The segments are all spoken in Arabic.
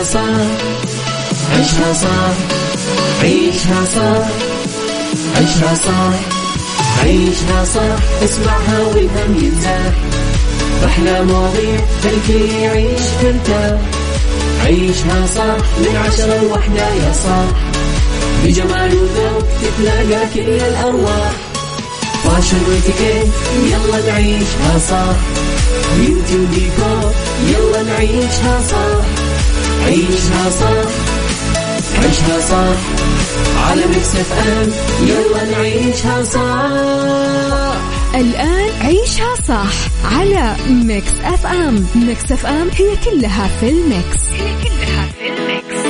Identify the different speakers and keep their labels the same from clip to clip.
Speaker 1: عيشها صح، عيشها صح، عيشها صح، عيشها صح، عيشها صح، اسمعها والهم ينزاح، أحلى مواضيع خلي يعيش مرتاح، عيشها صح من 10 ل1 يا صاح، بجمال وذوق تتلاقى كل الأرواح، فاشل واتيكيت يلا نعيشها صح، بيوتي وديكور يلا نعيشها صح، عيشها صح، عيشها صح، على ميكس اف ام يلا نعيشها صح.
Speaker 2: الآن عيشها صح على ميكس اف ام. ميكس اف ام هي كلها في الميكس، هي كلها في الميكس.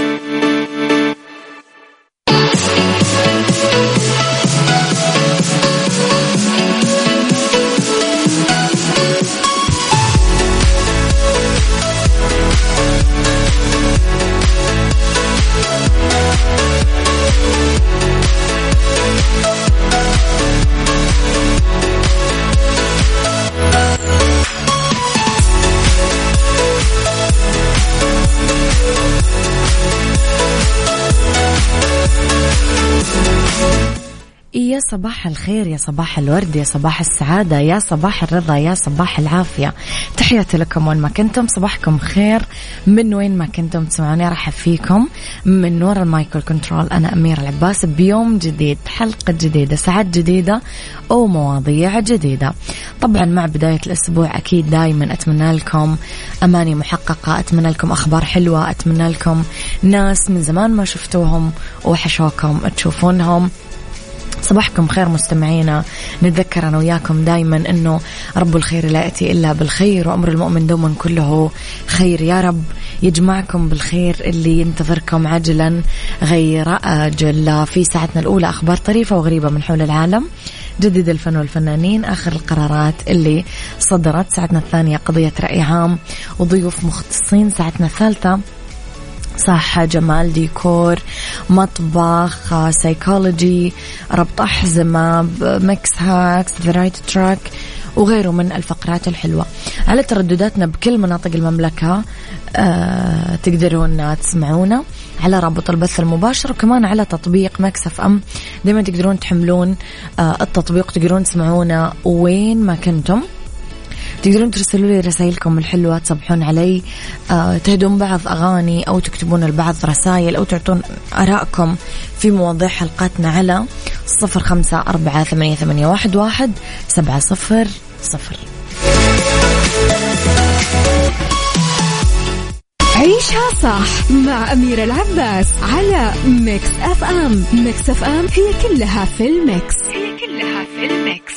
Speaker 2: يا صباح الخير، يا صباح الورد، يا صباح السعادة، يا صباح الرضا، يا صباح العافية. تحياتي لكم وين ما كنتم، صباحكم خير من وين ما كنتم تسمعوني. رحب فيكم من وراء المايكرو كنترول، أنا أميرة العباس بيوم جديد، حلقة جديدة، ساعات جديدة ومواضيع جديدة. طبعا مع بداية الأسبوع أكيد دايما أتمنى لكم أماني محققة، أتمنى لكم أخبار حلوة، أتمنى لكم ناس من زمان ما شفتوهم وحشوكم تشوفونهم. صباحكم خير مستمعينا. نتذكر أنا وياكم دايما أنه رب الخير لا يأتي إلا بالخير، وأمر المؤمن دوما كله خير. يا رب يجمعكم بالخير اللي ينتظركم عاجلا غير آجل. في ساعتنا الأولى أخبار طريفة وغريبة من حول العالم، جديد الفن والفنانين، آخر القرارات اللي صدرت. ساعتنا الثانية قضية رأي عام وضيوف مختصين. ساعتنا الثالثة صحة، جمال، ديكور، مطبخ، سايكولوجي، ربط أحزمة، ميكس هاكس، ذا رايت تراك وغيره من الفقرات الحلوة. على تردداتنا بكل مناطق المملكة تقدرون تسمعونا على رابط البث المباشر، وكمان على تطبيق ميكس اف ام. دايما تقدرون تحملون التطبيق، تقدرون تسمعونا وين ما كنتم. تقدرون ترسلوا لي رسائلكم الحلوة، تصبحون علي، تهدون بعض أغاني أو تكتبون البعض رسائل أو تعطون آراءكم في مواضيع حلقاتنا على 0548811700. عيشها صح مع أميرة العباس على ميكس اف ام. ميكس اف ام هي كلها في الميكس، هي كلها في الميكس.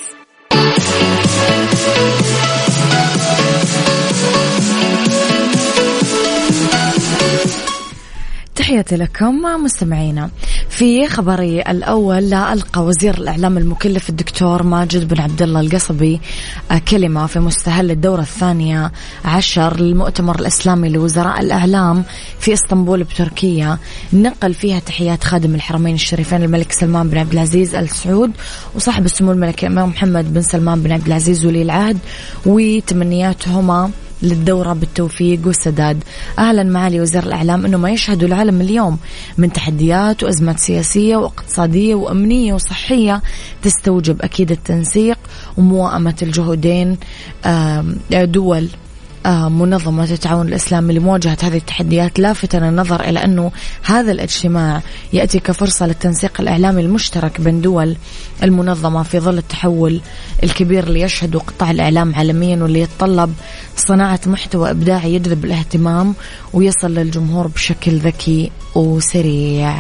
Speaker 3: تحياتي لكم مستمعينا. في خبري الأول، لا ألقى وزير الإعلام المكلف الدكتور ماجد بن عبد الله القصبي كلمة في مستهل الدورة 12 للمؤتمر الإسلامي لوزراء الإعلام في اسطنبول بتركيا، نقل فيها تحيات خادم الحرمين الشريفين الملك سلمان بن عبد العزيز آل سعود وصاحب السمو الملك الإمام محمد بن سلمان بن عبد العزيز ولي العهد، وتمنياتهما للدورة بالتوفيق والسداد. أعلن معالي وزير الإعلام أنه ما يشهد العالم اليوم من تحديات وأزمات سياسية واقتصادية وأمنية وصحية تستوجب أكيد التنسيق وموائمة الجهودين دول منظمة التعاون الإسلامي لمواجهة هذه التحديات، لافتنا النظر إلى أنه هذا الاجتماع يأتي كفرصة للتنسيق الإعلامي المشترك بين دول المنظمة في ظل التحول الكبير اللي يشهده قطاع الإعلام عالميا، واللي يتطلب صناعة محتوى إبداعي يجذب الاهتمام ويصل للجمهور بشكل ذكي وسريع.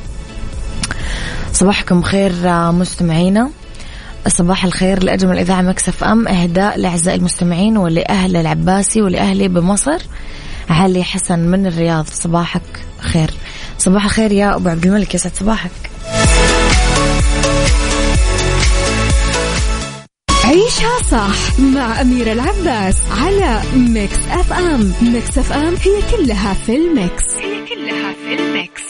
Speaker 3: صباحكم خير مستمعينا، صباح الخير لأجمل إذاعة ميكس اف ام. إهداء لأعزائي المستمعين ولأهل العباسي ولأهلي بمصر. علي حسن من الرياض، صباحك خير. صباح الخير يا أبو عبد الملك، يسعد صباحك.
Speaker 2: عيشها صح مع أميرة العباس على ميكس اف ام. ميكس اف ام هي كلها في الميكس، هي كلها في الميكس.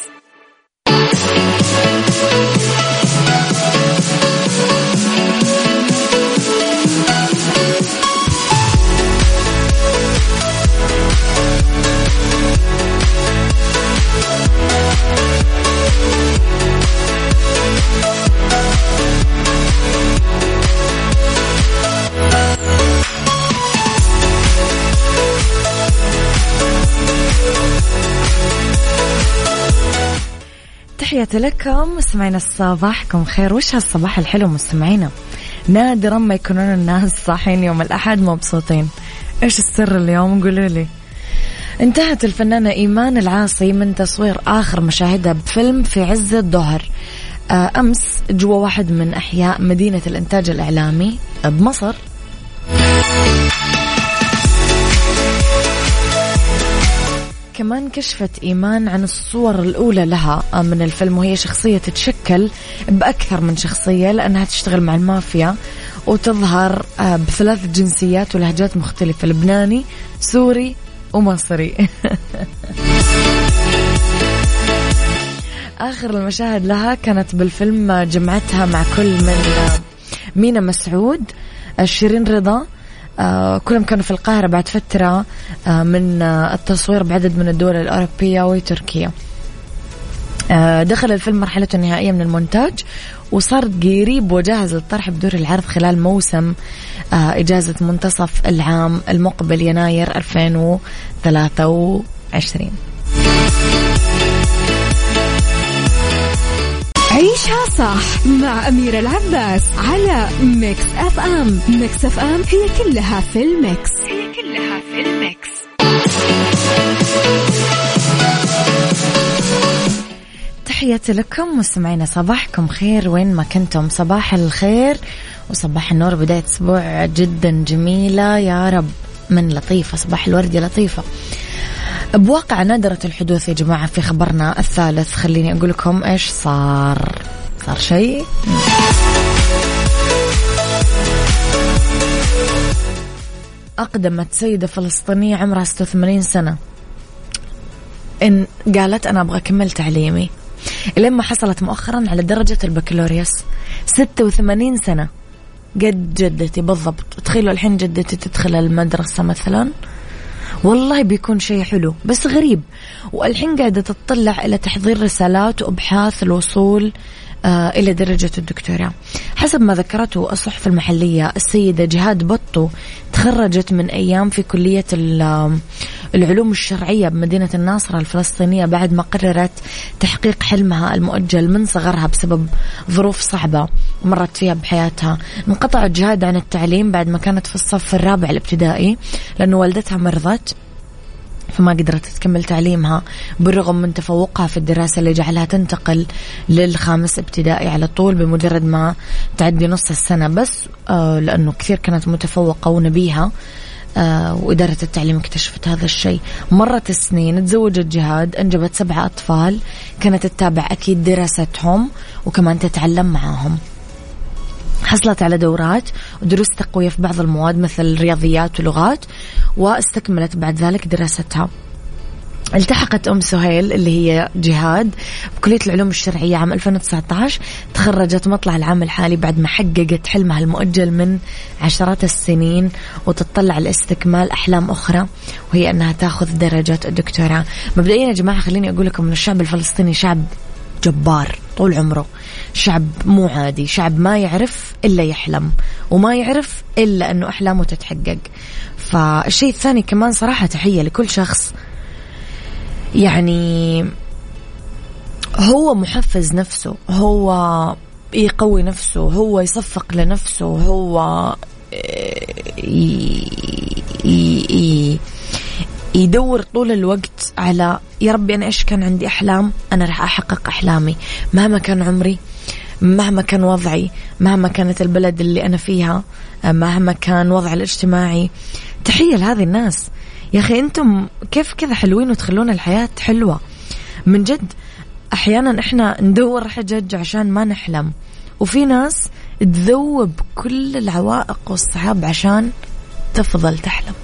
Speaker 3: تحياتي لكم مستمعين صباحكم خير. وش هالصباح الحلو مستمعينا؟ نادرا ما يكونون الناس صاحين يوم الأحد مبسوطين. إيش السر اليوم؟ قولوا لي. انتهت الفنانة إيمان العاصي من تصوير آخر مشاهدها بفيلم في عز الظهر أمس جوا واحد من أحياء مدينة الإنتاج الإعلامي بمصر. كمان كشفت إيمان عن الصور الأولى لها من الفيلم، وهي شخصية تتشكل بأكثر من شخصية لأنها تشتغل مع المافيا وتظهر بثلاث جنسيات ولهجات مختلفة، لبناني سوري ومصري. آخر المشاهد لها كانت بالفيلم جمعتها مع كل من مينا مسعود، شيرين رضا، كلهم كانوا في القاهرة بعد فترة من التصوير بعدد من الدول الأوروبية وتركيا. دخل الفيلم مرحلة النهائية من المونتاج وصار قريب وجاهز للطرح بدور العرض خلال موسم إجازة منتصف العام المقبل يناير 2023.
Speaker 4: عيشها صح مع أميرة العباس على ميكس أف أم. ميكس أف أم هي كلها في الميكس.
Speaker 3: تحياتي لكم مستمعينا صباحكم خير وين ما كنتم. صباح الخير وصباح النور، بداية أسبوع جدا جميلة يا رب، من لطيفة، صباح الورد يا لطيفة. بواقع نادرة الحدوث يا جماعة في خبرنا الثالث خليني أقول لكم إيش صار شيء. أقدمت سيدة فلسطينية عمرها 86 سنة إن قالت أنا أبغى أكمل تعليمي، لما حصلت مؤخرا على درجة البكالوريوس. 86 سنة قد جدتي بالضبط. تخيلوا الحين جدتي تدخل المدرسة مثلا، والله بيكون شيء حلو بس غريب. والحين قاعدة تطلع إلى تحضير رسالات وأبحاث الوصول إلى درجة الدكتوراه. حسب ما ذكرته الصحف المحلية، السيدة جهاد بطو تخرجت من أيام في كلية العلوم الشرعية بمدينة الناصرة الفلسطينية بعد ما قررت تحقيق حلمها المؤجل من صغرها بسبب ظروف صعبة مرت فيها بحياتها. انقطعت جهاد عن التعليم بعد ما كانت في الصف الرابع الابتدائي لأنه والدتها مرضت، فما قدرت تكمل تعليمها بالرغم من تفوقها في الدراسة اللي جعلها تنتقل للخامس ابتدائي على طول بمجرد ما تعدي نص السنة بس، لأنه كثير كانت متفوقة ونبيهة، وإدارة التعليم اكتشفت هذا الشيء. مرت السنين، تزوجت جهاد، أنجبت 7 أطفال، كانت تتابع أكيد دراستهم وكمان تتعلم معاهم. حصلت على دورات ودروس تقوية في بعض المواد مثل رياضيات ولغات، واستكملت بعد ذلك دراستها. التحقت أم سهيل اللي هي جهاد بكلية العلوم الشرعية عام 2019، تخرجت مطلع العام الحالي بعد ما حققت حلمها المؤجل من عشرات السنين وتطلع لاستكمال أحلام أخرى وهي أنها تأخذ درجة الدكتوراه. مبدئيا يا جماعة خليني أقول لكم أن الشعب الفلسطيني شعب جبار طول عمره، شعب مو عادي، شعب ما يعرف إلا يحلم وما يعرف إلا أنه أحلامه تتحقق. فالشيء الثاني كمان صراحة تحية لكل شخص يعني هو محفز نفسه، هو يقوي نفسه، هو يصفق لنفسه، هو يدور طول الوقت على يا ربي أنا إيش كان عندي أحلام، أنا راح أحقق أحلامي مهما كان عمري، مهما كان وضعي، مهما كانت البلد اللي أنا فيها، مهما كان وضعي الاجتماعي. تحية لهذه الناس يا أخي، أنتم كيف كذا حلوين وتخلون الحياة حلوة من جد. أحيانا إحنا ندور حجج عشان ما نحلم، وفي ناس تذوب كل العوائق والصعاب عشان تفضل تحلم.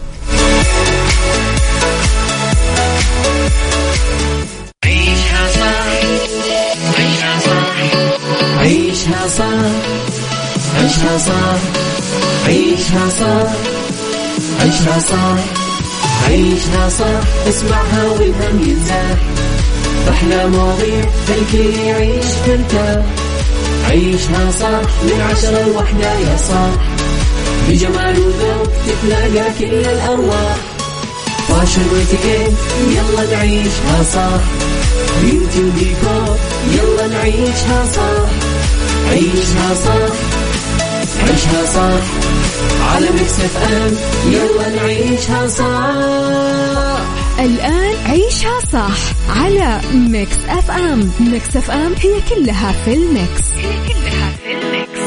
Speaker 1: عيشها صح، عيشها صح، عيشها صح، عيشها صح، عيشها صح، عيشها صح، عيشها صح، اسمعها والهم ينزاح، أحلى مواضيع الكل يعيش ترتاح. عيشها صح من 10 ل1 يا صاح، بجمال وذوق تتلاقى كل الأرواح، فاشل واتيكيت يلا نعيشها صح، بيوتي وديكور يلا نعيشها صح، عيشها صح عيشها صح على ميكس اف ام يلا نعيشها صح.
Speaker 4: الآن عيشها صح على ميكس اف ام. ميكس اف ام هي كلها في الميكس، هي كلها في الميكس.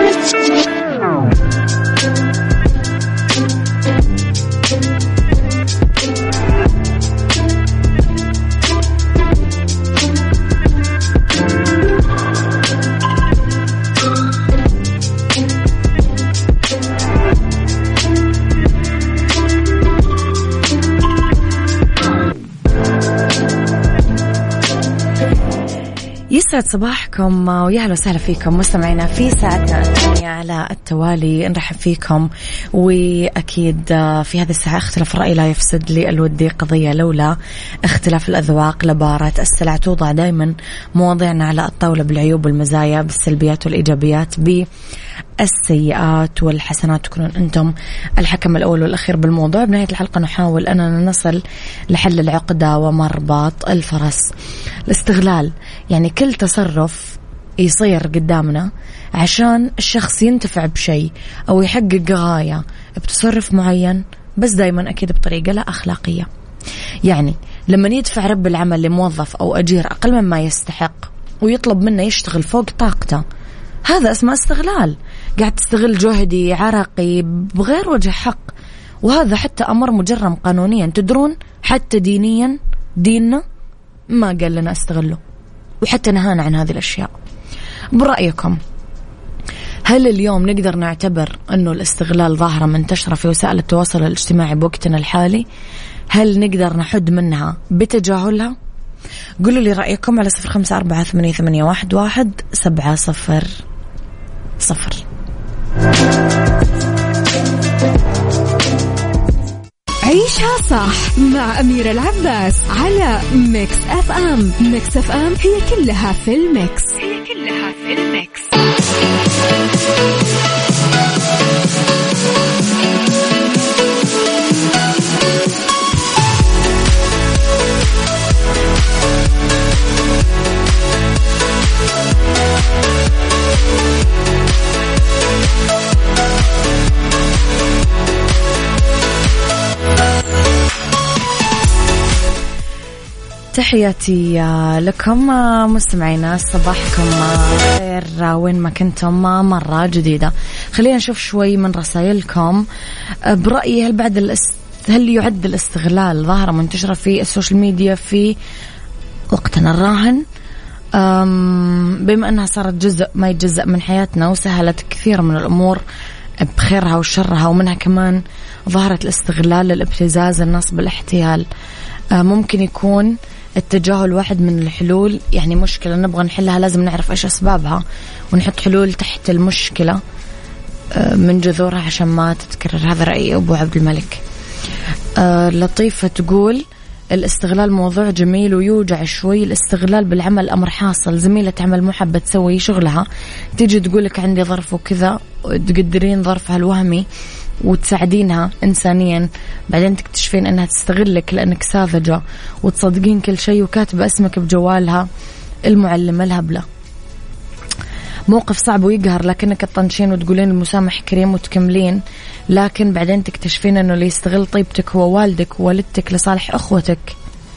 Speaker 3: يسعد صباحكم ويا اهلا وسهلا فيكم مستمعينا في ساعتنا الثانية على التوالي. نرحب فيكم، واكيد في هذه الساعة اختلاف الرأي لا يفسد لي الودي قضية، لولا اختلاف الأذواق لبارة السلع. توضع دائما مواضيعنا على الطاولة بالعيوب والمزايا، بالسلبيات والإيجابيات، بالسيئات والحسنات. تكونون أنتم الحكم الأول والأخير بالموضوع. بنهاية الحلقة نحاول أننا نصل لحل العقدة ومرباط الفرس. الاستغلال يعني كل تصرف يصير قدامنا عشان الشخص ينتفع بشيء أو يحقق غاية بتصرف معين، بس دايما أكيد بطريقة لا أخلاقية. يعني لما يدفع رب العمل لموظف أو أجير أقل مما يستحق ويطلب منه يشتغل فوق طاقته، هذا اسمه استغلال. قاعد تستغل جهدي عرقي بغير وجه حق، وهذا حتى أمر مجرم قانونيا. تدرون حتى دينيا ديننا ما قال لنا استغله، وحتى نهانا عن هذه الأشياء. برأيكم هل اليوم نقدر نعتبر أنه الاستغلال ظاهرة منتشرة في وسائل التواصل الاجتماعي بوقتنا الحالي؟ هل نقدر نحد منها بتجاهلها؟ قولوا لي رأيكم على 0548811700.
Speaker 4: عيشها صح مع أميرة العباس على ميكس اف ام. ميكس اف ام هي كلها في الميكس، هي كلها في الميكس.
Speaker 3: تحياتي لكم مستمعينا، صباحكم خير وين ما كنتم. مرة جديدة خلينا نشوف شوي من رسائلكم. برأيي هل يعد الاستغلال ظاهرة منتشرة في السوشيال ميديا في وقتنا الراهن، بما أنها صارت جزء ما يتجزأ من حياتنا وسهلت كثير من الأمور بخيرها وشرها، ومنها كمان ظهرت الاستغلال للابتزاز، النصب، الاحتيال. ممكن يكون التجاهل واحد من الحلول. يعني مشكلة نبغى نحلها لازم نعرف إيش أسبابها ونحط حلول تحت المشكلة من جذورها عشان ما تتكرر. هذا رأي أبو عبد الملك. لطيفة تقول الاستغلال موضوع جميل ويوجع شوي. الاستغلال بالعمل أمر حاصل، زميلة عمل محبة تسوي شغلها تيجي تقولك عندي ظرف وكذا، تقدرين ظرفها الوهمي وتساعدينها إنسانيا، بعدين تكتشفين أنها تستغلك لأنك ساذجة وتصدقين كل شيء وكاتبة اسمك بجوالها المعلمة الهبلة. موقف صعب ويقهر، لكنك تطنشين وتقولين المسامح كريم وتكملين، لكن بعدين تكتشفين أنه اللي يستغل طيبتك هو والدك ووالدتك لصالح أخوتك.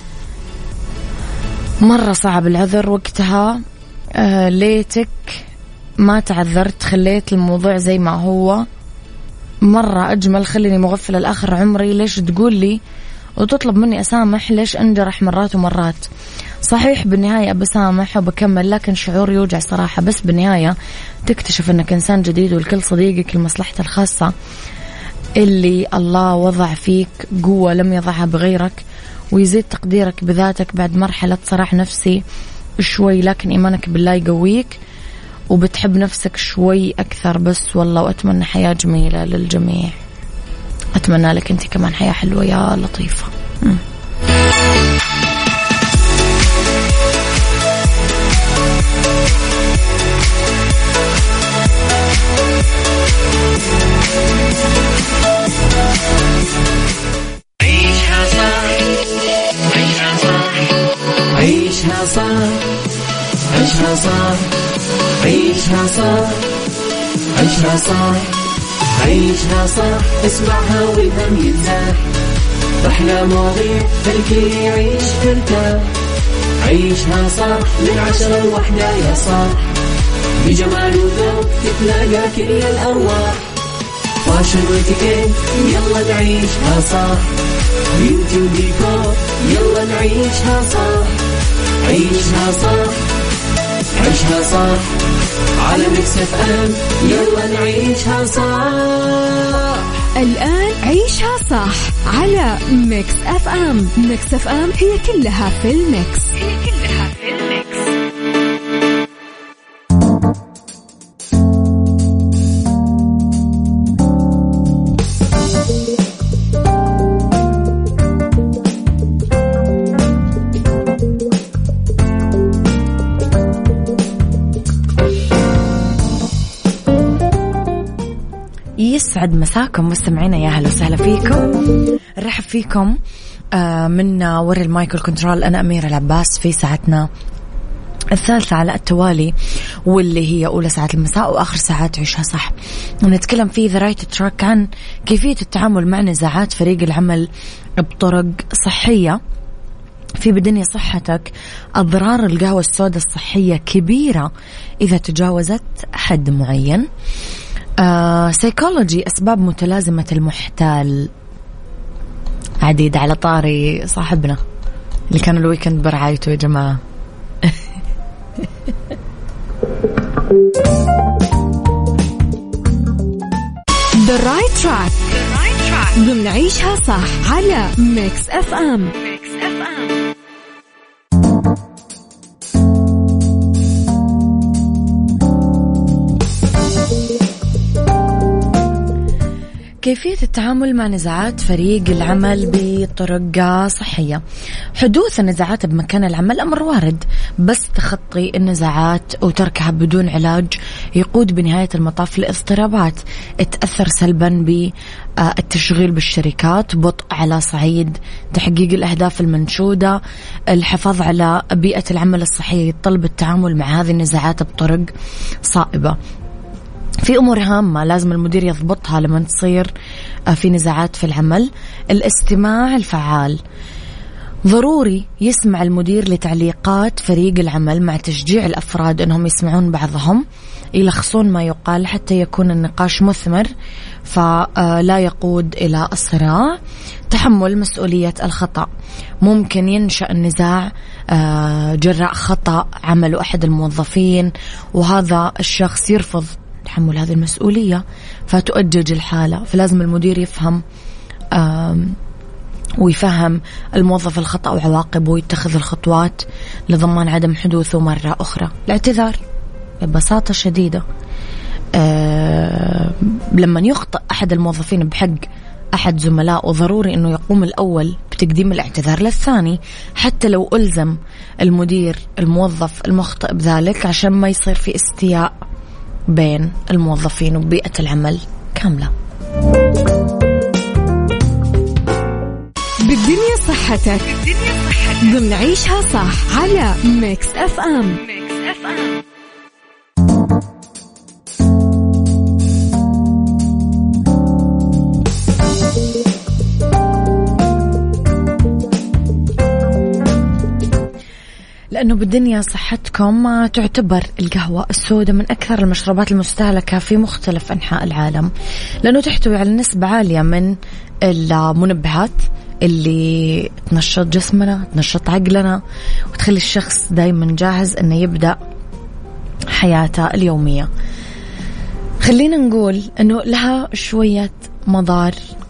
Speaker 3: مرة صعب العذر وقتها. ليتك ما تعذرت، خليت الموضوع زي ما هو. مرة أجمل خليني مغفلة لآخر عمري. ليش تقول لي وتطلب مني أسامح؟ ليش أنجرح مرات ومرات؟ صحيح بالنهاية بسامح وبكمل، لكن شعور يوجع صراحة. بس بالنهاية تكتشف أنك إنسان جديد والكل صديقك لمصلحته الخاصة. اللي الله وضع فيك قوة لم يضعها بغيرك، ويزيد تقديرك بذاتك بعد مرحلة صراح نفسي شوي، لكن إيمانك بالله يقويك وبتحب نفسك شوي أكثر. بس والله وأتمنى حياة جميلة للجميع. أتمنى لك أنت كمان حياة حلوة يا لطيفة.
Speaker 1: عيشها صح عيشها صح عيشها صح اسمعها والهم ينزاح أحلى مواضيع الكل يعيش ترتاح عيشها صح من 10 ل1 يا صاح بجمال وذوق تتلاقى كل الأرواح فاشل واتيكيت يلا نعيشها صح بيوتي وديكور يلا نعيشها صح عيشها صح عيشها صح على ميكس اف ام يلا نعيشها صح.
Speaker 4: الآن عيشها صح على ميكس اف ام. ميكس اف ام هي كلها في الميكس.
Speaker 3: يسعد مساكم مستمعينا، يا هلا وسهلا فيكم. نرحب فيكم من وراء المايكل كنترول. أنا أميرة العباس في ساعتنا الثالثة على التوالي، واللي هي أولى ساعات المساء وآخر ساعات عيشها صح. ونتكلم في The Right Track عن كيفية التعامل مع نزاعات فريق العمل بطرق صحية. في بدنيا صحتك، أضرار القهوة السوداء الصحية كبيرة إذا تجاوزت حد معين. سيكولوجي، أسباب متلازمة المحتال. عديد على طاري صاحبنا اللي كان الويكند برعايته يا جماعة.
Speaker 4: The Right Track ضمن عيشها صح على ميكس اف ام.
Speaker 3: كيفية التعامل مع نزاعات فريق العمل بطرق صحية. حدوث النزاعات بمكان العمل أمر وارد، بس تخطي النزاعات وتركها بدون علاج يقود بنهاية المطاف لاضطرابات تأثر سلبا بالتشغيل بالشركات، بطء على صعيد تحقيق الأهداف المنشودة. الحفاظ على بيئة العمل الصحية يتطلب التعامل مع هذه النزاعات بطرق صائبة. في أمور هامة لازم المدير يضبطها لما تصير في نزاعات في العمل. الاستماع الفعال، ضروري يسمع المدير لتعليقات فريق العمل مع تشجيع الأفراد أنهم يسمعون بعضهم، يلخصون ما يقال حتى يكون النقاش مثمر فلا يقود إلى الصراع. تحمل مسؤولية الخطأ، ممكن ينشأ النزاع جراء خطأ عمله أحد الموظفين وهذا الشخص يرفض تحمل هذه المسؤولية فتؤجج الحالة، فلازم المدير يفهم ويفهم الموظف الخطأ وعواقبه ويتخذ الخطوات لضمان عدم حدوثه مرة أخرى. الاعتذار ببساطة شديدة، لما يخطئ أحد الموظفين بحق أحد زملائه ضروري أنه يقوم الأول بتقديم الاعتذار للثاني، حتى لو ألزم المدير الموظف المخطئ بذلك، عشان ما يصير في استياء بين الموظفين وبيئة العمل كاملة.
Speaker 4: بالدنيا صحتك ضمن عيشها صح على ميكس اف ام.
Speaker 3: لأنه بالدنيا صحتكم تعتبر القهوة السوداء من أكثر المشروبات المستهلكة في مختلف أنحاء العالم، لأنه تحتوي على نسبة عالية من المنبهات اللي تنشط جسمنا تنشط عقلنا وتخلي الشخص دايما جاهز أنه يبدأ حياته اليومية. خلينا نقول أنه لها شوية مضار.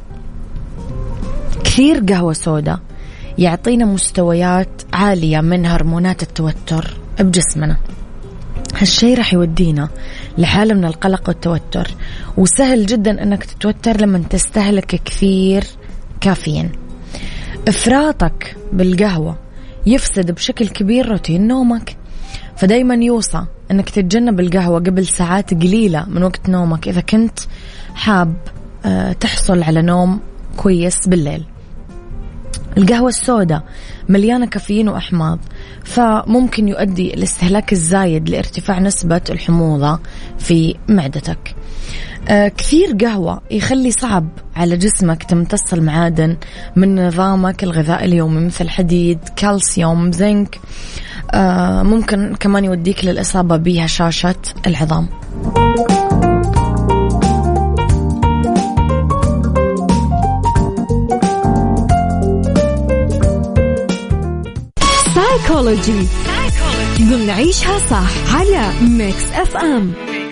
Speaker 3: كثير قهوة سوداء يعطينا مستويات عالية من هرمونات التوتر بجسمنا، هالشي رح يودينا لحالة من القلق والتوتر، وسهل جدا أنك تتوتر لما تستهلك كثير كافيين. إفراطك بالقهوة يفسد بشكل كبير روتين نومك، فدايما يوصى أنك تتجنب القهوة قبل ساعات قليلة من وقت نومك إذا كنت حاب تحصل على نوم كويس بالليل. القهوة السوداء مليانة كافيين وأحماض، فممكن يؤدي الاستهلاك الزايد لارتفاع نسبة الحموضة في معدتك. كثير قهوة يخلي صعب على جسمك تمتص المعادن من نظامك الغذائي اليومي مثل حديد، كالسيوم، زنك. ممكن كمان يوديك للإصابة بهشاشة العظام.
Speaker 4: سايكولوجي ضمن عيشها صح على ميكس اف ام.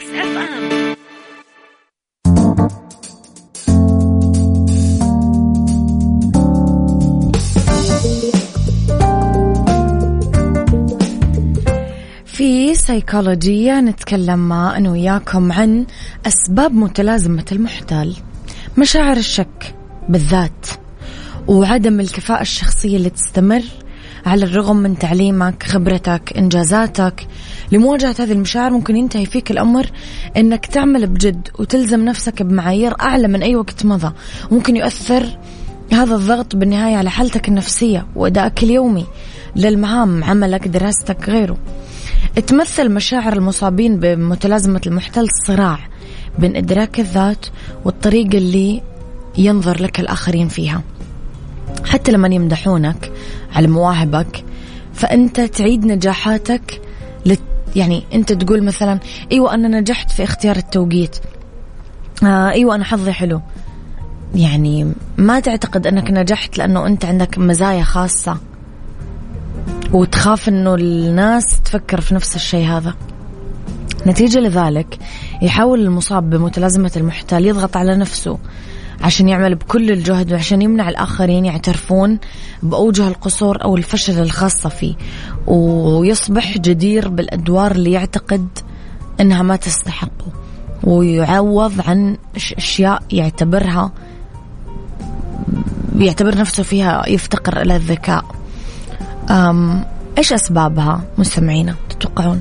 Speaker 3: في سيكولوجية نتكلم أنا وياكم عن أسباب متلازمة المحتال، مشاعر الشك بالذات وعدم الكفاءة الشخصية اللي تستمر على الرغم من تعليمك، خبرتك، إنجازاتك. لمواجهة هذه المشاعر ممكن ينتهي فيك الأمر إنك تعمل بجد وتلزم نفسك بمعايير أعلى من أي وقت مضى. ممكن يؤثر هذا الضغط بالنهاية على حالتك النفسية وأدائك اليومي للمهام، عملك، دراستك، غيره. تمثل مشاعر المصابين بمتلازمة المحتال صراع بين إدراك الذات والطريقة اللي ينظر لك الآخرين فيها. حتى لما يمدحونك على مواهبك فأنت تعيد نجاحاتك يعني أنت تقول مثلا أيوة أنا نجحت في اختيار التوقيت، أيوة أنا حظي حلو. يعني ما تعتقد أنك نجحت لأنه أنت عندك مزايا خاصة وتخاف أنه الناس تفكر في نفس الشيء هذا. نتيجة لذلك يحاول المصاب بمتلازمة المحتال يضغط على نفسه عشان يعمل بكل الجهد وعشان يمنع الآخرين يعترفون بأوجه القصور أو الفشل الخاصة فيه، ويصبح جدير بالأدوار اللي يعتقد أنها ما تستحقه، ويعوض عن أشياء يعتبر نفسه فيها يفتقر إلى الذكاء. إيش أسبابها مستمعينا تتوقعون؟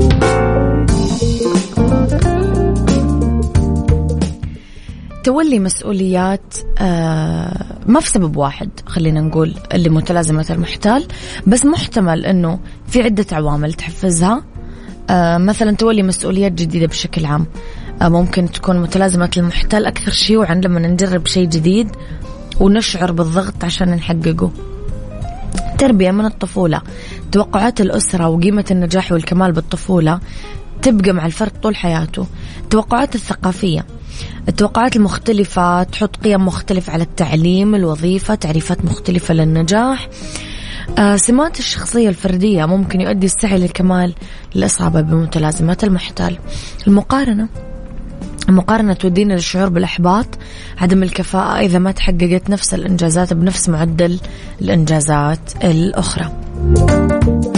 Speaker 3: تولي مسؤوليات ما في سبب واحد، خلينا نقول اللي متلازمة المحتال، بس محتمل أنه في عدة عوامل تحفزها. مثلا تولي مسؤوليات جديدة بشكل عام. ممكن تكون متلازمة المحتال أكثر شيوعا لما نجرب شيء جديد ونشعر بالضغط عشان نحققه. تربية من الطفولة، توقعات الأسرة وقيمة النجاح والكمال بالطفولة تبقى مع الفرد طول حياته. التوقعات الثقافية، التوقعات المختلفة تحط قيم مختلفة على التعليم، الوظيفة، تعريفات مختلفة للنجاح. سمات الشخصية الفردية ممكن يؤدي السعي للكمال للإصابة بمتلازمات المحتال. المقارنة تودينا للشعور بالإحباط، عدم الكفاءة إذا ما تحققت نفس الإنجازات بنفس معدل الإنجازات الأخرى.